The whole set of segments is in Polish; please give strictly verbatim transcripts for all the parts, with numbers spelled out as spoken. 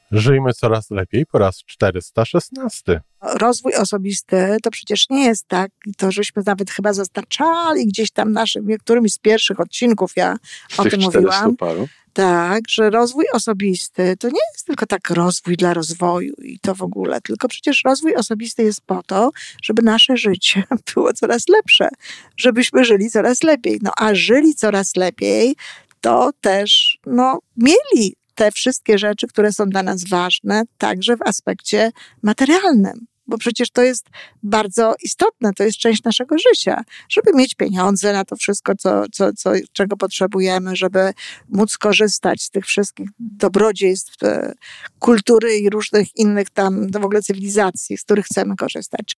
Żyjmy coraz lepiej po raz czterysta szesnasty. Rozwój osobisty to przecież nie jest tak, to żeśmy nawet chyba zaznaczali gdzieś tam naszym, którymś z pierwszych odcinków, ja Z o tych tym czterystu mówiłam. paru. Tak, że rozwój osobisty to nie jest tylko tak rozwój dla rozwoju i to w ogóle, tylko przecież rozwój osobisty jest po to, żeby nasze życie było coraz lepsze, żebyśmy żyli coraz lepiej. No a żyli coraz lepiej, to też no, mieli te wszystkie rzeczy, które są dla nas ważne, także w aspekcie materialnym. Bo przecież to jest bardzo istotne, to jest część naszego życia, żeby mieć pieniądze na to wszystko, co, co, co, czego potrzebujemy, żeby móc korzystać z tych wszystkich dobrodziejstw e, kultury i różnych innych tam w ogóle cywilizacji, z których chcemy korzystać.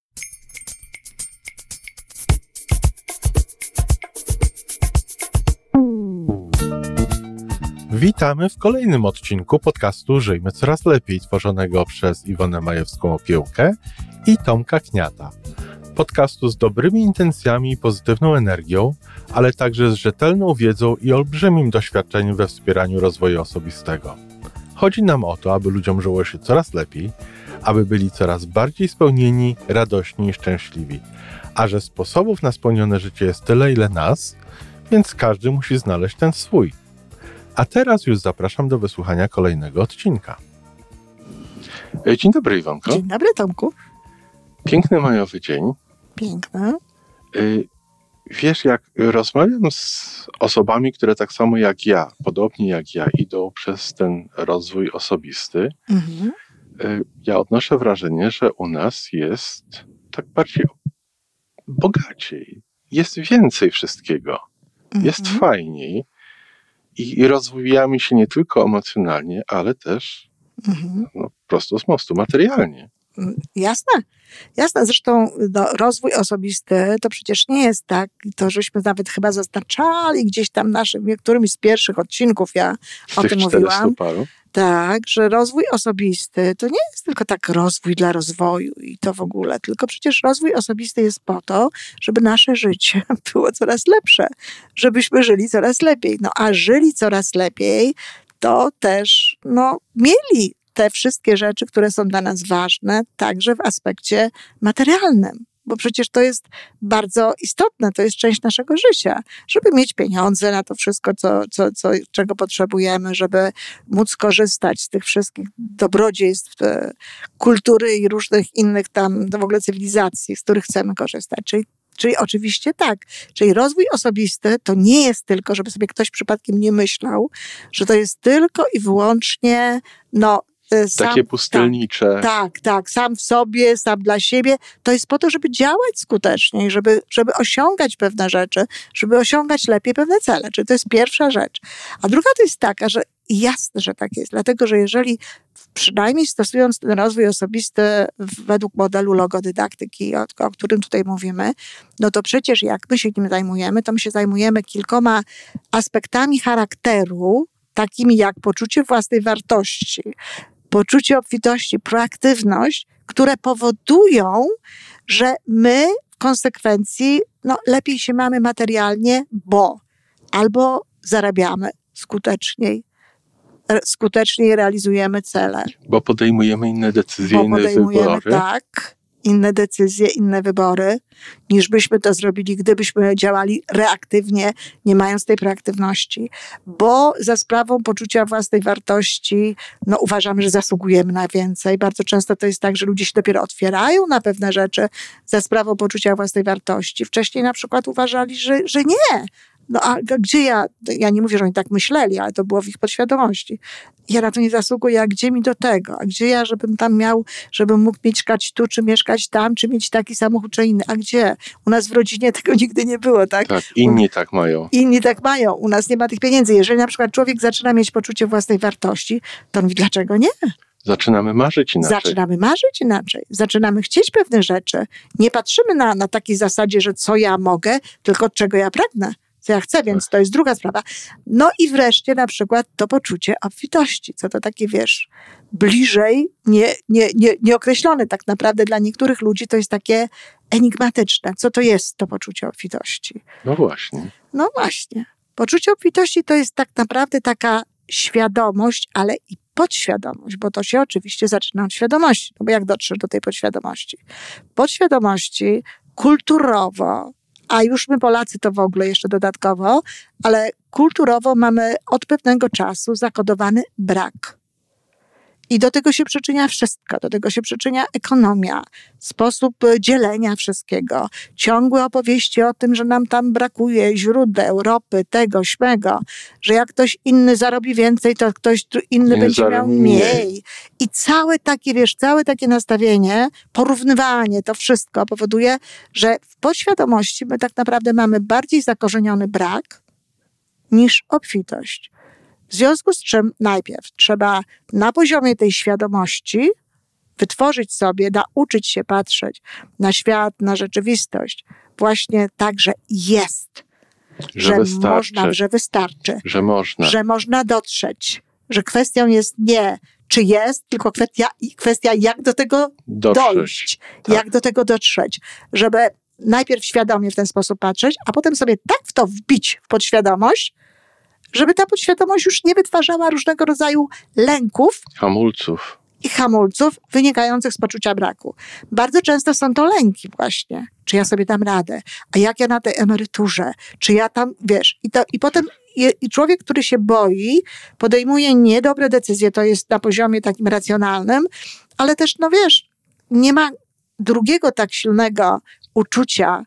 Witamy w kolejnym odcinku podcastu Żyjmy Coraz Lepiej, tworzonego przez Iwonę Majewską-Opiełkę i Tomka Kniata. Podcastu z dobrymi intencjami i pozytywną energią, ale także z rzetelną wiedzą i olbrzymim doświadczeniem we wspieraniu rozwoju osobistego. Chodzi nam o to, aby ludziom żyło się coraz lepiej, aby byli coraz bardziej spełnieni, radośni i szczęśliwi. A że sposobów na spełnione życie jest tyle, ile nas, więc każdy musi znaleźć ten swój. A teraz już zapraszam do wysłuchania kolejnego odcinka. Dzień dobry, Iwonko. Dzień dobry, Tomku. Piękny majowy dzień. Piękny. Wiesz, jak rozmawiam z osobami, które tak samo jak ja, podobnie jak ja, idą przez ten rozwój osobisty, Mhm. ja odnoszę wrażenie, że u nas jest tak bardziej bogaciej. Jest więcej wszystkiego. Mhm. Jest fajniej. I, I rozwijamy się nie tylko emocjonalnie, ale też Mhm. no, prosto z mostu, materialnie. Jasne, jasne. Zresztą no, rozwój osobisty to przecież nie jest tak, to żeśmy nawet chyba zaznaczali gdzieś tam naszym, którymś z pierwszych odcinków, ja Z o tych tym czterystu mówiłam. paru. Tak, że rozwój osobisty to nie jest tylko tak rozwój dla rozwoju i to w ogóle, tylko przecież rozwój osobisty jest po to, żeby nasze życie było coraz lepsze, żebyśmy żyli coraz lepiej. No a żyli coraz lepiej, to też no, mieli te wszystkie rzeczy, które są dla nas ważne, także w aspekcie materialnym. Bo przecież to jest bardzo istotne, to jest część naszego życia, żeby mieć pieniądze na to wszystko, co, co, co, czego potrzebujemy, żeby móc korzystać z tych wszystkich dobrodziejstw e, kultury i różnych innych tam w ogóle cywilizacji, z których chcemy korzystać. Czyli, czyli oczywiście tak, czyli rozwój osobisty to nie jest tylko, żeby sobie ktoś przypadkiem nie myślał, że to jest tylko i wyłącznie no, Sam, Takie pustelnicze. Tak, tak, tak, sam w sobie, sam dla siebie. To jest po to, żeby działać skuteczniej, żeby, żeby osiągać pewne rzeczy, żeby osiągać lepiej pewne cele. Czyli to jest pierwsza rzecz. A druga to jest taka, że jasne, że tak jest, dlatego, że jeżeli przynajmniej stosując ten rozwój osobisty według modelu logodydaktyki, o, o którym tutaj mówimy, no to przecież jak my się nim zajmujemy, to my się zajmujemy kilkoma aspektami charakteru, takimi jak poczucie własnej wartości, poczucie obfitości, proaktywność, które powodują, że my w konsekwencji no, lepiej się mamy materialnie, bo albo zarabiamy skuteczniej, skuteczniej realizujemy cele. Bo podejmujemy inne decyzje, bo inne podejmujemy, wybory. Tak, inne decyzje, inne wybory, niż byśmy to zrobili, gdybyśmy działali reaktywnie, nie mając tej proaktywności. Bo za sprawą poczucia własnej wartości, no uważamy, że zasługujemy na więcej. Bardzo często to jest tak, że ludzie się dopiero otwierają na pewne rzeczy za sprawą poczucia własnej wartości. Wcześniej na przykład uważali, że, że nie. No a gdzie ja, ja nie mówię, że oni tak myśleli, ale to było w ich podświadomości. Ja na to nie zasługuję, a gdzie mi do tego? A gdzie ja, żebym tam miał, żebym mógł mieszkać tu, czy mieszkać tam, czy mieć taki samochód, czy inny? A gdzie? U nas w rodzinie tego nigdy nie było, tak? Tak, inni tak mają. Inni tak mają. U nas nie ma tych pieniędzy. Jeżeli na przykład człowiek zaczyna mieć poczucie własnej wartości, to on mówi, dlaczego nie? Zaczynamy marzyć inaczej. Zaczynamy marzyć inaczej. Zaczynamy chcieć pewne rzeczy. Nie patrzymy na, na takiej zasadzie, że co ja mogę, tylko czego ja pragnę. Co ja chcę, więc to jest druga sprawa. No i wreszcie na przykład to poczucie obfitości, co to takie, wiesz, bliżej nie, nie, nie, nieokreślone tak naprawdę dla niektórych ludzi to jest takie enigmatyczne. Co to jest to poczucie obfitości? No właśnie. No właśnie. Poczucie obfitości to jest tak naprawdę taka świadomość, ale i podświadomość, bo to się oczywiście zaczyna od świadomości. No bo jak dotrzesz do tej podświadomości? Podświadomości kulturowo, a już my Polacy to w ogóle jeszcze dodatkowo, ale kulturowo mamy od pewnego czasu zakodowany brak. I do tego się przyczynia wszystko. Do tego się przyczynia ekonomia, sposób dzielenia wszystkiego, ciągłe opowieści o tym, że nam tam brakuje źródeł, ropy, tego, śmego, że jak ktoś inny zarobi więcej, to ktoś inny Nie będzie miał zarobi mniej. I całe takie, wiesz, całe takie nastawienie, porównywanie, to wszystko powoduje, że w podświadomości my tak naprawdę mamy bardziej zakorzeniony brak niż obfitość. W związku z czym najpierw trzeba na poziomie tej świadomości wytworzyć sobie, nauczyć się patrzeć na świat, na rzeczywistość właśnie tak, że jest. Że, że wystarczy. można, że wystarczy. Że można. Że można dotrzeć. Że kwestią jest nie czy jest, tylko kwestia, kwestia jak do tego Dotrzeć. dojść. Tak. Jak do tego dotrzeć. Żeby najpierw świadomie w ten sposób patrzeć, a potem sobie tak w to wbić w podświadomość, żeby ta podświadomość już nie wytwarzała różnego rodzaju lęków Hamulców. i hamulców wynikających z poczucia braku. Bardzo często są to lęki właśnie. Czy ja sobie dam radę? A jak ja na tej emeryturze? Czy ja tam, wiesz? I, to, i potem i, i człowiek, który się boi, podejmuje niedobre decyzje, to jest na poziomie takim racjonalnym, ale też, no wiesz, nie ma drugiego tak silnego uczucia,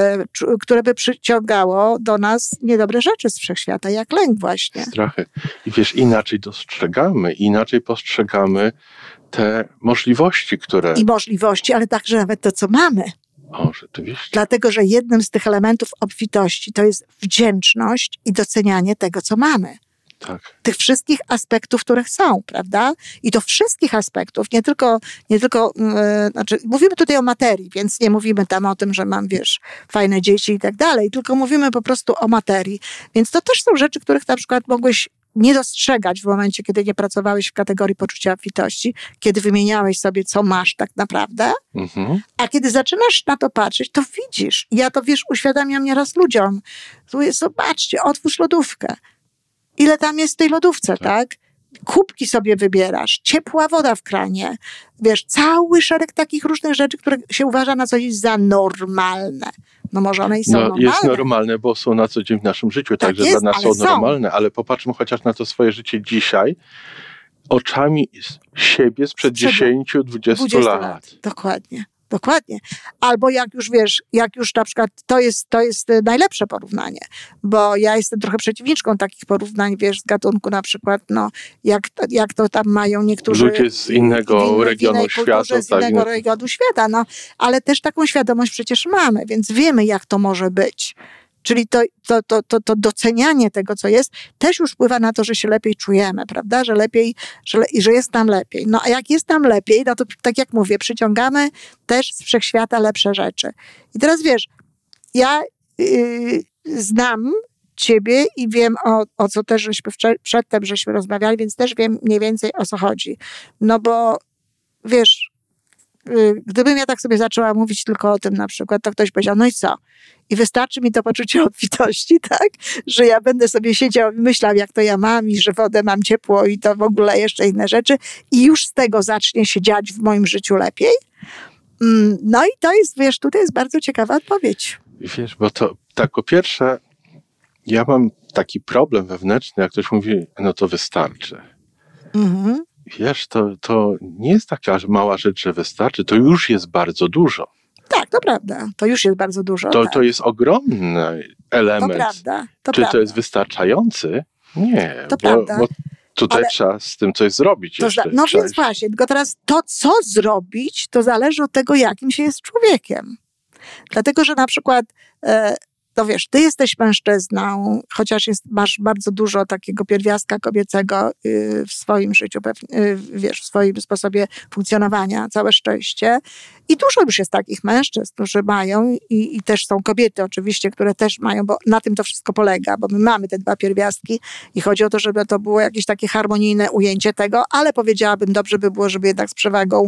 które by przyciągało do nas niedobre rzeczy z wszechświata, jak lęk właśnie. Strachy. I wiesz, inaczej dostrzegamy, inaczej postrzegamy te możliwości, które... I możliwości, ale także nawet to, co mamy. O, rzeczywiście. Dlatego, że jednym z tych elementów obfitości to jest wdzięczność i docenianie tego, co mamy. Tak. Tych wszystkich aspektów, które są, prawda? I to wszystkich aspektów, nie tylko, nie tylko yy, znaczy mówimy tutaj o materii, więc nie mówimy tam o tym, że mam, wiesz, fajne dzieci i tak dalej, tylko mówimy po prostu o materii. Więc to też są rzeczy, których na przykład mogłeś nie dostrzegać w momencie, kiedy nie pracowałeś w kategorii poczucia obfitości, kiedy wymieniałeś sobie, co masz tak naprawdę, Mhm. a kiedy zaczynasz na to patrzeć, to widzisz. Ja to, wiesz, uświadamiam nieraz ludziom. Mówię, zobaczcie, otwórz lodówkę. Ile tam jest w tej lodówce, tak. tak? Kubki sobie wybierasz, ciepła woda w kranie. Wiesz, cały szereg takich różnych rzeczy, które się uważa na coś za normalne. No może one i są no, normalne. Jest normalne, bo są na co dzień w naszym życiu, tak także jest, dla nas są są normalne, ale popatrzmy chociaż na to swoje życie dzisiaj, oczami siebie sprzed dziesięciu, dwudziestu lat. lat. Dokładnie. Dokładnie. Albo jak już wiesz, jak już na przykład, to jest, to jest najlepsze porównanie, bo ja jestem trochę przeciwniczką takich porównań, wiesz, z gatunku na przykład, no, jak, jak to tam mają niektórzy... Ludzie z innego innej, regionu innej świata. Z innego tak, regionu świata, no, ale też taką świadomość przecież mamy, więc wiemy, jak to może być. Czyli to, to, to, to, to docenianie tego, co jest, też już wpływa na to, że się lepiej czujemy, prawda? Że lepiej, że, le, że jest nam lepiej. No a jak jest nam lepiej, no to tak jak mówię, przyciągamy też z wszechświata lepsze rzeczy. I teraz wiesz, ja yy, znam ciebie i wiem, o, o co też żeśmy wcze, przedtem żeśmy rozmawiali, więc też wiem mniej więcej, o co chodzi. No bo wiesz, gdybym ja tak sobie zaczęła mówić tylko o tym na przykład, to ktoś powiedział, no i co? I wystarczy mi to poczucie obfitości, tak? Że ja będę sobie siedział i myślał, jak to ja mam i że wodę mam ciepło i to w ogóle jeszcze inne rzeczy i już z tego zacznie się dziać w moim życiu lepiej. No i to jest, wiesz, tutaj jest bardzo ciekawa odpowiedź. Wiesz, bo to tak po pierwsze, ja mam taki problem wewnętrzny, jak ktoś mówi, no to wystarczy. Mhm. Wiesz, to, to nie jest taka mała rzecz, że wystarczy, to już jest bardzo dużo. Tak, to prawda. To już jest bardzo dużo. To, tak. to jest ogromny element. To prawda. To Czy prawda. to jest wystarczający? Nie, To bo, prawda. bo tutaj Ale trzeba z tym coś zrobić to jeszcze. za, no Trzeba więc właśnie, tylko teraz to, co zrobić, to zależy od tego, jakim się jest człowiekiem. Dlatego, że na przykład, e, no wiesz, ty jesteś mężczyzną, chociaż jest, masz bardzo dużo takiego pierwiastka kobiecego y, w swoim życiu, pewnie, y, wiesz, w swoim sposobie funkcjonowania, całe szczęście. I dużo już jest takich mężczyzn, którzy mają i, i też są kobiety oczywiście, które też mają, bo na tym to wszystko polega, bo my mamy te dwa pierwiastki i chodzi o to, żeby to było jakieś takie harmonijne ujęcie tego, ale powiedziałabym, dobrze by było, żeby jednak z przewagą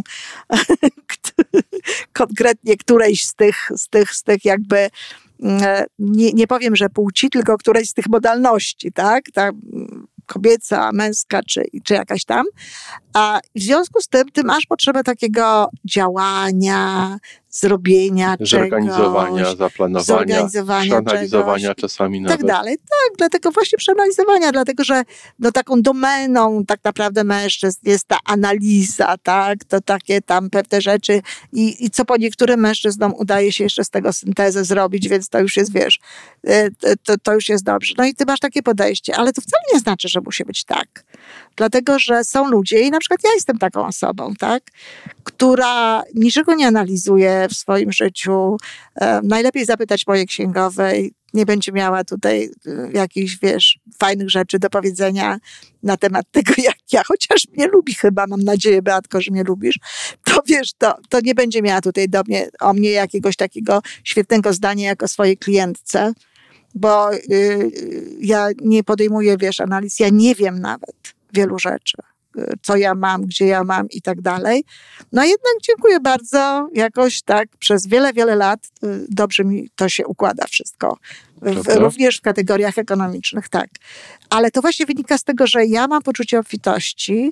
konkretnie którejś z tych, z tych, z tych jakby Nie, nie powiem, że płci, tylko którejś z tych modalności, tak? Ta kobieca, męska, czy, czy jakaś tam. A w związku z tym ty masz potrzebę takiego działania, zrobienia zorganizowania, czegoś, zaplanowania, zorganizowania przeanalizowania czegoś, czasami i nawet. tak dalej. Tak, dlatego właśnie przeanalizowania, dlatego że no, taką domeną tak naprawdę mężczyzn jest ta analiza, tak, to takie tam pewne rzeczy i, i co po niektórym mężczyznom udaje się jeszcze z tego syntezę zrobić, więc to już jest, wiesz, to, to już jest dobrze. No i ty masz takie podejście, ale to wcale nie znaczy, że musi być tak. Dlatego, że są ludzie i na przykład ja jestem taką osobą, tak, która niczego nie analizuje w swoim życiu. E, najlepiej zapytać mojej księgowej, nie będzie miała tutaj e, jakichś, wiesz, fajnych rzeczy do powiedzenia na temat tego, jak ja, chociaż mnie lubi chyba, mam nadzieję, Beatko, że mnie lubisz, to wiesz, to, to nie będzie miała tutaj do mnie, o mnie jakiegoś takiego świetnego zdania jako swojej klientce, bo y, ja nie podejmuję, wiesz, analiz, ja nie wiem nawet wielu rzeczy, co ja mam, gdzie ja mam i tak dalej. No jednak dziękuję bardzo, jakoś tak przez wiele, wiele lat y, dobrze mi to się układa wszystko. W, również w kategoriach ekonomicznych, tak. Ale to właśnie wynika z tego, że ja mam poczucie obfitości,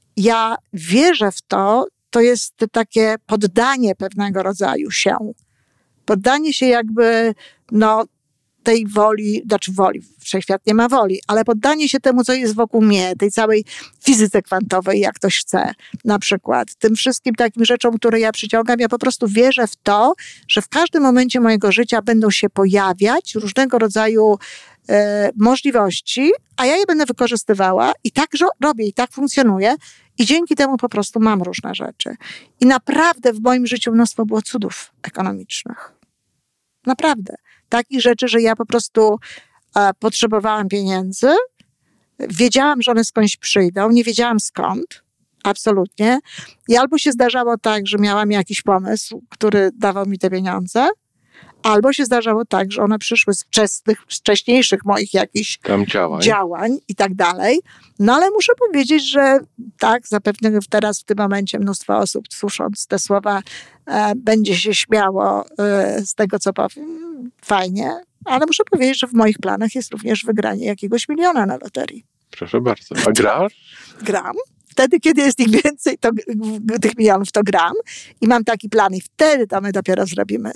ja wierzę w to, to jest takie poddanie pewnego rodzaju się. Poddanie się jakby, no, tej woli, znaczy woli, wszechświat nie ma woli, ale poddanie się temu, co jest wokół mnie, tej całej fizyce kwantowej, jak ktoś chce, na przykład, tym wszystkim takim rzeczom, które ja przyciągam, ja po prostu wierzę w to, że w każdym momencie mojego życia będą się pojawiać różnego rodzaju e, możliwości, a ja je będę wykorzystywała i tak robię, i tak funkcjonuję i dzięki temu po prostu mam różne rzeczy. I naprawdę w moim życiu mnóstwo było cudów ekonomicznych. Naprawdę. Takich rzeczy, że ja po prostu e, potrzebowałam pieniędzy, wiedziałam, że one skądś przyjdą, nie wiedziałam skąd, absolutnie. I albo się zdarzało tak, że miałam jakiś pomysł, który dawał mi te pieniądze, albo się zdarzało tak, że one przyszły z wczesnych, z wcześniejszych moich jakichś Tam działań. działań i tak dalej. No ale muszę powiedzieć, że tak, zapewne teraz w tym momencie mnóstwo osób, słysząc te słowa, e, będzie się śmiało e, z tego, co powiem. Fajnie, ale muszę powiedzieć, że w moich planach jest również wygranie jakiegoś miliona na loterii. Proszę bardzo. A grasz? Gram. Wtedy, kiedy jest ich więcej, to tych milionów, to gram. I mam taki plan i wtedy to my dopiero zrobimy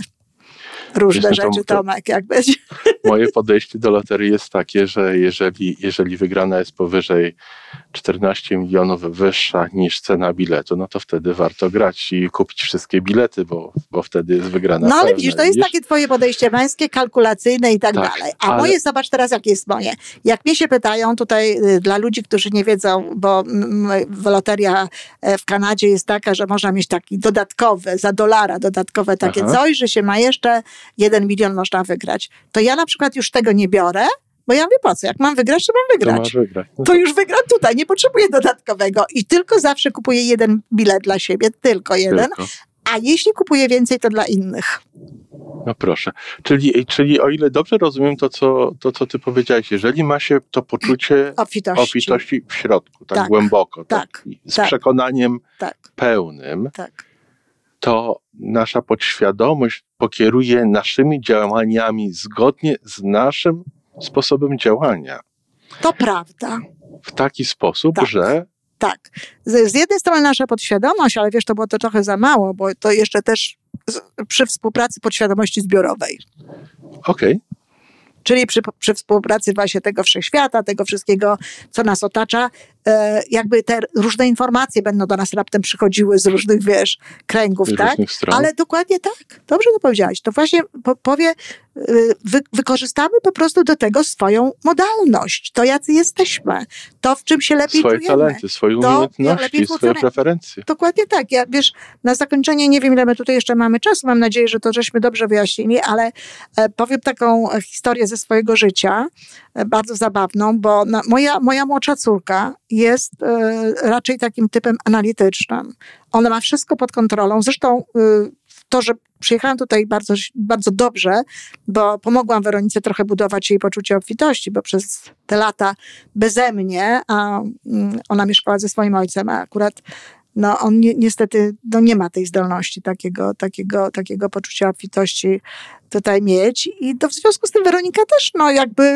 różne Wiesz, rzeczy, to, Tomek, jak będzie. Moje podejście do loterii jest takie, że jeżeli, jeżeli wygrana jest powyżej czternaście milionów wyższa niż cena biletu, no to wtedy warto grać i kupić wszystkie bilety, bo, bo wtedy jest wygrana. No ale pewna, widzisz, to jest widzisz? takie twoje podejście męskie, kalkulacyjne i tak, Tak, dalej. A ale... moje, zobacz teraz, jakie jest moje. Jak mnie się pytają tutaj, y, dla ludzi, którzy nie wiedzą, bo m, loteria w Kanadzie jest taka, że można mieć taki dodatkowy, za dolara dodatkowe takie Aha. coś, że się ma jeszcze jeden milion można wygrać. To ja na przykład już tego nie biorę, bo ja mówię, po co? Jak mam wygrać, to mam wygrać. To masz wygrać. No to już wygram tutaj, nie potrzebuję dodatkowego. I tylko zawsze kupuję jeden bilet dla siebie, tylko jeden. Tylko. A jeśli kupuję więcej, to dla innych. No proszę. Czyli, czyli o ile dobrze rozumiem to co, to, co ty powiedziałeś, jeżeli ma się to poczucie Obfitości. obfitości w środku, tak, Tak, głęboko, tak, tak, z tak. przekonaniem Tak, pełnym, tak. to nasza podświadomość pokieruje naszymi działaniami zgodnie z naszym sposobem działania. To prawda. W taki sposób, Tak. że Tak. Z, z jednej strony nasza podświadomość, ale wiesz, to było to trochę za mało, bo to jeszcze też z, przy współpracy podświadomości zbiorowej. okej, Czyli przy, przy współpracy właśnie tego wszechświata, tego wszystkiego, co nas otacza, e, jakby te różne informacje będą do nas raptem przychodziły z różnych, wiesz, kręgów, z tak? różnych stron. Ale dokładnie tak. Dobrze to powiedziałeś. To właśnie po, powie, y, wy, wykorzystamy po prostu do tego swoją modalność. To, jacy jesteśmy. To, w czym się lepiej Swoje czujemy. talenty, swoje To umiejętności, lepiej swoje funkcjonuje. preferencje. Dokładnie tak. Ja, wiesz, na zakończenie, nie wiem, ile my tutaj jeszcze mamy czasu, mam nadzieję, że to żeśmy dobrze wyjaśnili, ale e, powiem taką e, historię ze swojego życia, e, bardzo zabawną, bo na, moja, moja młodsza córka jest e, raczej takim typem analitycznym. Ona ma wszystko pod kontrolą. Zresztą e, to, że przyjechałam tutaj bardzo, bardzo dobrze, bo pomogłam Weronice trochę budować jej poczucie obfitości, bo przez te lata beze mnie, a mm, ona mieszkała ze swoim ojcem, a akurat no on ni- niestety no nie ma tej zdolności takiego, takiego, takiego poczucia obfitości tutaj mieć. I to w związku z tym Weronika też no jakby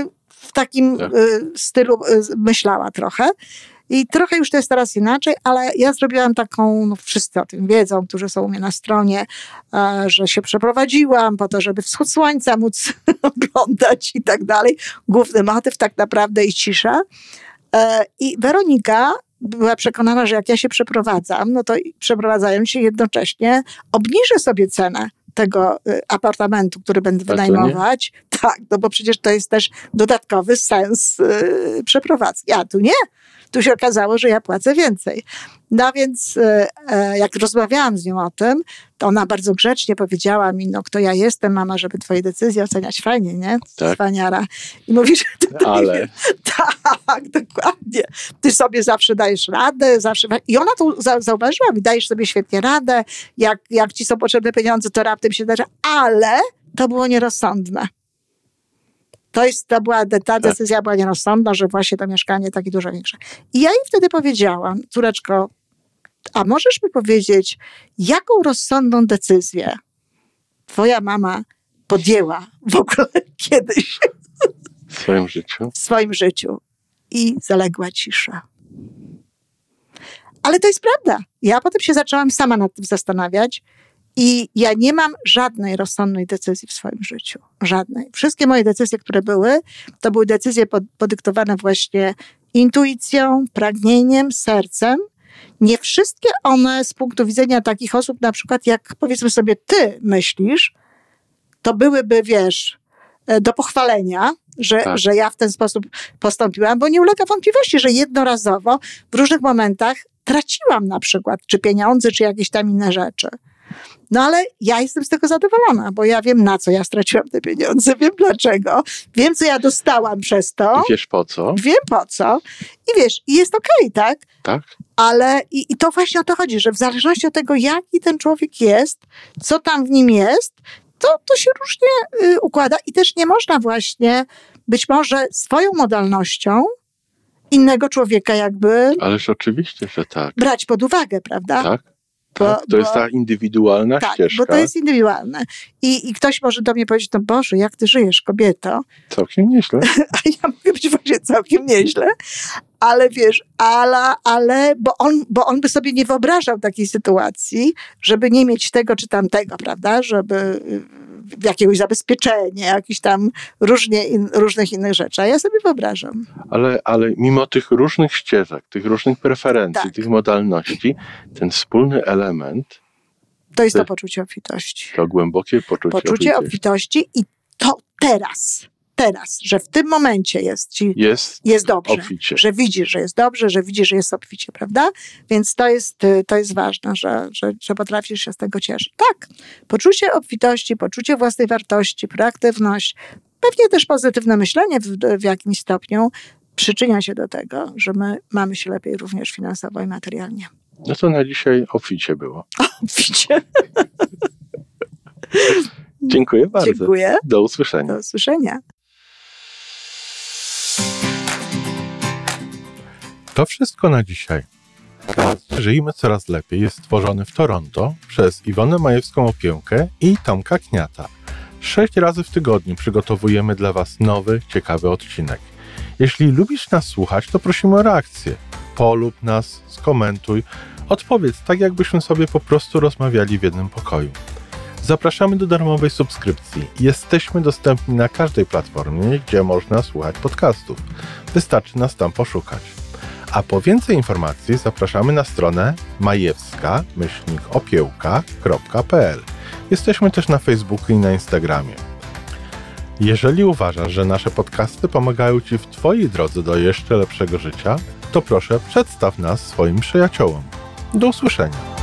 w takim tak. y, stylu y, myślała trochę. I trochę już to jest teraz inaczej, ale ja zrobiłam taką, no wszyscy o tym wiedzą, którzy są u mnie na stronie, e, że się przeprowadziłam po to, żeby wschód słońca móc oglądać i tak dalej. Główny motyw tak naprawdę i cisza. E, I Weronika była przekonana, że jak ja się przeprowadzam, no to przeprowadzając się jednocześnie obniżę sobie cenę tego y, apartamentu, który będę wynajmować. Tak, no bo przecież to jest też dodatkowy sens y, przeprowadzki. A tu nie. Tu się okazało, że ja płacę więcej. No więc y, y, jak rozmawiałam z nią o tym, to ona bardzo grzecznie powiedziała mi, no kto ja jestem, mama, żeby twoje decyzje oceniać. Fajnie, nie? Tak. Wspaniara. I mówi, że ty Ale... tak, dokładnie. Ty sobie zawsze dajesz radę, zawsze... I ona to zauważyła mi, dajesz sobie świetnie radę, jak, jak ci są potrzebne pieniądze, to raptem się zdarza, ale to było nierozsądne. To, jest, to była, ta decyzja była nierozsądna, że właśnie to mieszkanie takie dużo większe. I ja jej wtedy powiedziałam, córeczko, a możesz mi powiedzieć, jaką rozsądną decyzję twoja mama podjęła w ogóle kiedyś w swoim życiu? W swoim życiu. I zaległa cisza. Ale to jest prawda. Ja potem się zaczęłam sama nad tym zastanawiać i ja nie mam żadnej rozsądnej decyzji w swoim życiu. Żadnej. Wszystkie moje decyzje, które były, to były decyzje podyktowane właśnie intuicją, pragnieniem, sercem. Nie wszystkie one z punktu widzenia takich osób, na przykład jak powiedzmy sobie ty myślisz, to byłyby, wiesz, do pochwalenia, że, tak. że ja w ten sposób postąpiłam, bo nie ulega wątpliwości, że jednorazowo w różnych momentach traciłam na przykład czy pieniądze, czy jakieś tam inne rzeczy. No ale ja jestem z tego zadowolona, bo ja wiem, na co ja straciłam te pieniądze, wiem dlaczego, wiem, co ja dostałam przez to. I wiesz po co? Wiem po co. I wiesz, i jest okej, tak? Tak. Ale i, i to właśnie o to chodzi, że w zależności od tego, jaki ten człowiek jest, co tam w nim jest, to, to się różnie y, układa i też nie można właśnie być może swoją modalnością innego człowieka jakby... Ależ oczywiście, że tak. Brać pod uwagę, prawda? Tak. Bo, tak. To bo, jest ta indywidualna tak, ścieżka. Bo to jest indywidualne. I, I ktoś może do mnie powiedzieć, no Boże, jak ty żyjesz, kobieto? Całkiem nieźle. A ja mówię, być może całkiem nieźle. Ale wiesz, ale, ale bo, on, bo on by sobie nie wyobrażał takiej sytuacji, żeby nie mieć tego czy tamtego, prawda? Żeby jakiegoś zabezpieczenia, jakichś tam różnie in, różnych innych rzeczy. A ja sobie wyobrażam. Ale, ale mimo tych różnych ścieżek, tych różnych preferencji, tak. tych modalności, ten wspólny element... To jest to, to poczucie obfitości. To głębokie poczucie, poczucie obfitości. obfitości i to teraz... Teraz, że w tym momencie jest ci jest, jest dobrze, obficie. Że widzisz, że jest dobrze, że widzisz, że jest obficie, prawda? Więc to jest, to jest ważne, że, że, że potrafisz się z tego cieszyć. Tak, poczucie obfitości, poczucie własnej wartości, proaktywność, pewnie też pozytywne myślenie w, w jakimś stopniu przyczynia się do tego, że my mamy się lepiej również finansowo i materialnie. No to na dzisiaj obficie było. Obficie. Dziękuję bardzo. Dziękuję. Do usłyszenia. Do usłyszenia. To wszystko na dzisiaj. Żyjmy coraz lepiej jest stworzony w Toronto przez Iwonę Majewską-Opiełkę i Tomka Kniata. Sześć razy w tygodniu przygotowujemy dla Was nowy, ciekawy odcinek. Jeśli lubisz nas słuchać, to prosimy o reakcję. Polub nas, skomentuj, odpowiedz tak, jakbyśmy sobie po prostu rozmawiali w jednym pokoju. Zapraszamy do darmowej subskrypcji. Jesteśmy dostępni na każdej platformie, gdzie można słuchać podcastów. Wystarczy nas tam poszukać. A po więcej informacji zapraszamy na stronę majewska myślnik opiełka kropka p l. Jesteśmy też na Facebooku i na Instagramie. Jeżeli uważasz, że nasze podcasty pomagają Ci w Twojej drodze do jeszcze lepszego życia, to proszę przedstaw nas swoim przyjaciołom. Do usłyszenia.